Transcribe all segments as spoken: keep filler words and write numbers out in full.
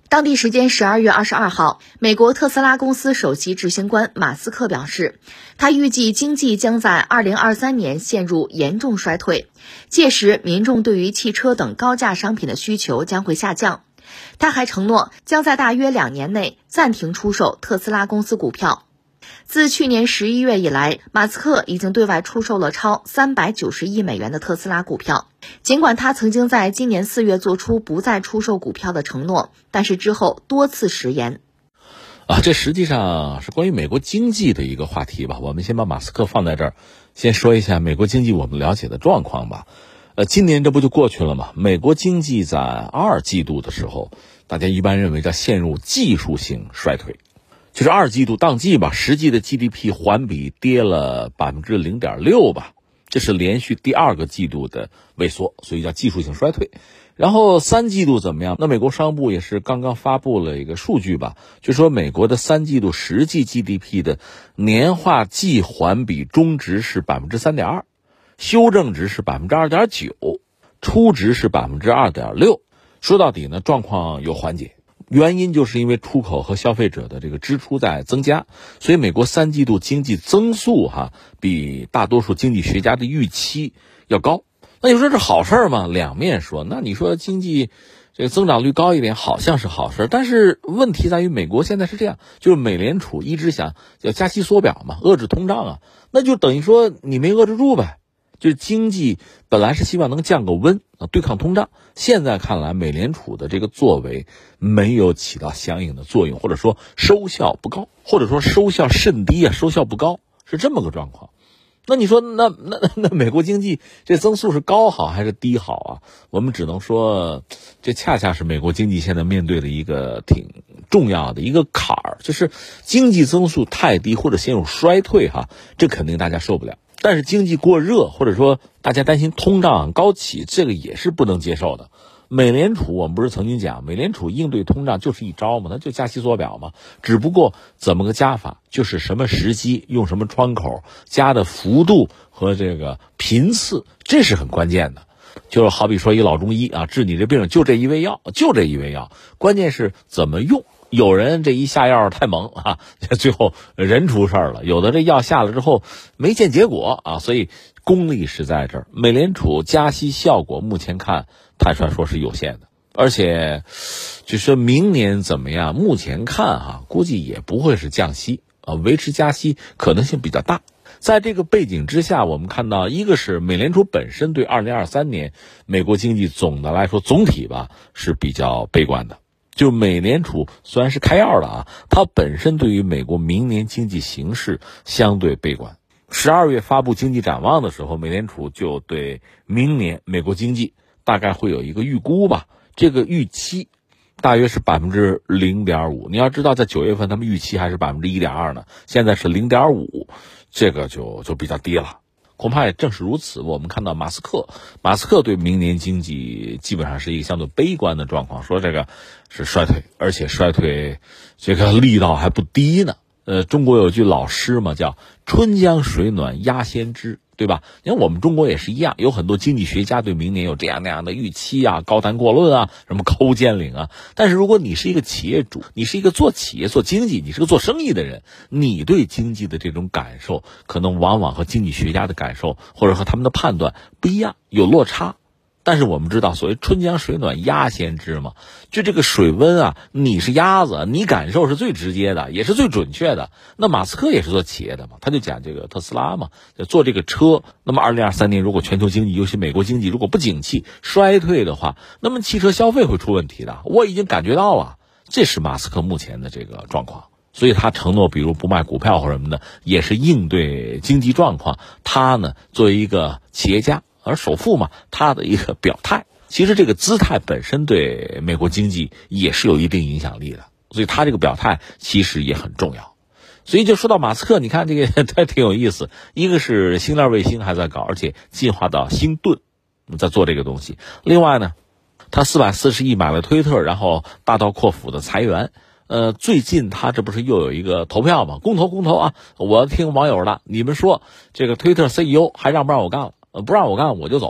当地时间十二月二十二号，美国特斯拉公司首席执行官马斯克表示，他预计经济将在二零二三年陷入严重衰退，届时民众对于汽车等高价商品的需求将会下降。他还承诺将在大约两年内暂停出售特斯拉公司股票。自去年十一月以来，马斯克已经对外出售了超三百九十亿美元的特斯拉股票。尽管他曾经在今年四月做出不再出售股票的承诺，但是之后多次食言。 啊，这实际上是关于美国经济的一个话题吧。我们先把马斯克放在这儿，先说一下美国经济我们了解的状况吧。呃，今年这不就过去了吗？美国经济在二季度的时候，大家一般认为叫陷入技术性衰退。就是二季度当季吧，实际的 G D P 环比跌了 百分之零点六 吧，这是连续第二个季度的萎缩，所以叫技术性衰退。然后三季度怎么样？那美国商务部也是刚刚发布了一个数据吧，就说美国的三季度实际 G D P 的年化季环比中值是 百分之三点二， 修正值是 百分之二点九， 初值是 百分之二点六。 说到底呢，状况有缓解，原因就是因为出口和消费者的这个支出在增加，所以美国三季度经济增速哈比大多数经济学家的预期要高。那你说这好事吗？两面说。那你说经济这个增长率高一点好像是好事，但是问题在于美国现在是这样，就是美联储一直想要加息缩表嘛，遏制通胀啊，那就等于说你没遏制住呗。就是经济本来是希望能降个温啊，对抗通胀，现在看来美联储的这个作为没有起到相应的作用，或者说收效不高，或者说收效甚低啊，收效不高，是这么个状况。那你说那那那美国经济这增速是高好还是低好啊？我们只能说这恰恰是美国经济现在面对的一个挺重要的一个坎儿，就是经济增速太低或者陷入衰退哈，这肯定大家受不了。但是经济过热，或者说大家担心通胀高企，这个也是不能接受的。美联储我们不是曾经讲，美联储应对通胀就是一招嘛，那就加息缩表嘛，只不过怎么个加法，就是什么时机，用什么窗口，加的幅度和这个频次，这是很关键的。就是好比说一老中医啊，治你这病就这一味药，就这一味药，关键是怎么用。有人这一下药太猛啊，最后人出事儿了；有的这药下了之后没见结果啊，所以功力是在这儿。美联储加息效果目前看，坦率说是有限的，而且就说明年怎么样，目前看哈，估计也不会是降息啊，维持加息可能性比较大。在这个背景之下，我们看到一个是美联储本身对二零二三年美国经济总的来说总体吧是比较悲观的。就美联储虽然是开药了啊，它本身对于美国明年经济形势相对悲观。十二月发布经济展望的时候，美联储就对明年美国经济大概会有一个预估吧，这个预期大约是 百分之零点五。 你要知道在九月份他们预期还是 百分之一点二 呢，现在是 零点五， 这个就就比较低了。恐怕也正是如此，我们看到马斯克马斯克对明年经济基本上是一个相对悲观的状况，说这个是衰退，而且衰退这个力道还不低呢。呃，中国有句老诗嘛，叫春江水暖鸭先知，对吧？你看我们中国也是一样，有很多经济学家对明年有这样那样的预期啊，高谈阔论啊，什么抠尖领啊。但是如果你是一个企业主，你是一个做企业做经济，你是个做生意的人，你对经济的这种感受可能往往和经济学家的感受或者和他们的判断不一样，有落差。但是我们知道所谓春江水暖鸭先知嘛，就这个水温啊，你是鸭子，你感受是最直接的，也是最准确的。那马斯克也是做企业的嘛，他就讲这个特斯拉嘛，做这个车。那么二零二三年如果全球经济尤其美国经济如果不景气衰退的话，那么汽车消费会出问题的，我已经感觉到了。这是马斯克目前的这个状况，所以他承诺比如不卖股票或什么的，也是应对经济状况。他呢作为一个企业家而首富嘛，他的一个表态，其实这个姿态本身对美国经济也是有一定影响力的，所以他这个表态其实也很重要。所以就说到马斯克，你看这个他挺有意思，一个是星链卫星还在搞，而且进化到星盾在做这个东西。另外呢，他四百四十亿买了推特，然后大刀阔斧的裁员。呃，最近他这不是又有一个投票吗？公投公投啊！我听网友的，你们说这个推特 C E O 还让不让我干了？呃，不让我干我就走。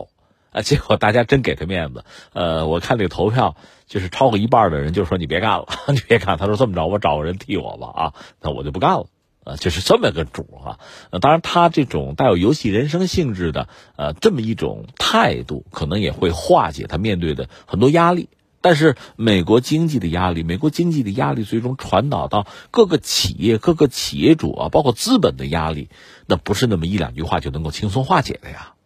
啊，结果大家真给他面子。呃，我看这个投票，就是超过一半的人就说你别干了，你别干。他说这么着，我找个人替我吧，啊，那我就不干了。呃，就是这么个主啊。呃，当然，他这种带有游戏人生性质的，呃，这么一种态度，可能也会化解他面对的很多压力。但是，美国经济的压力，美国经济的压力最终传导到各个企业、各个企业主啊，包括资本的压力，那不是那么一两句话就能够轻松化解的呀。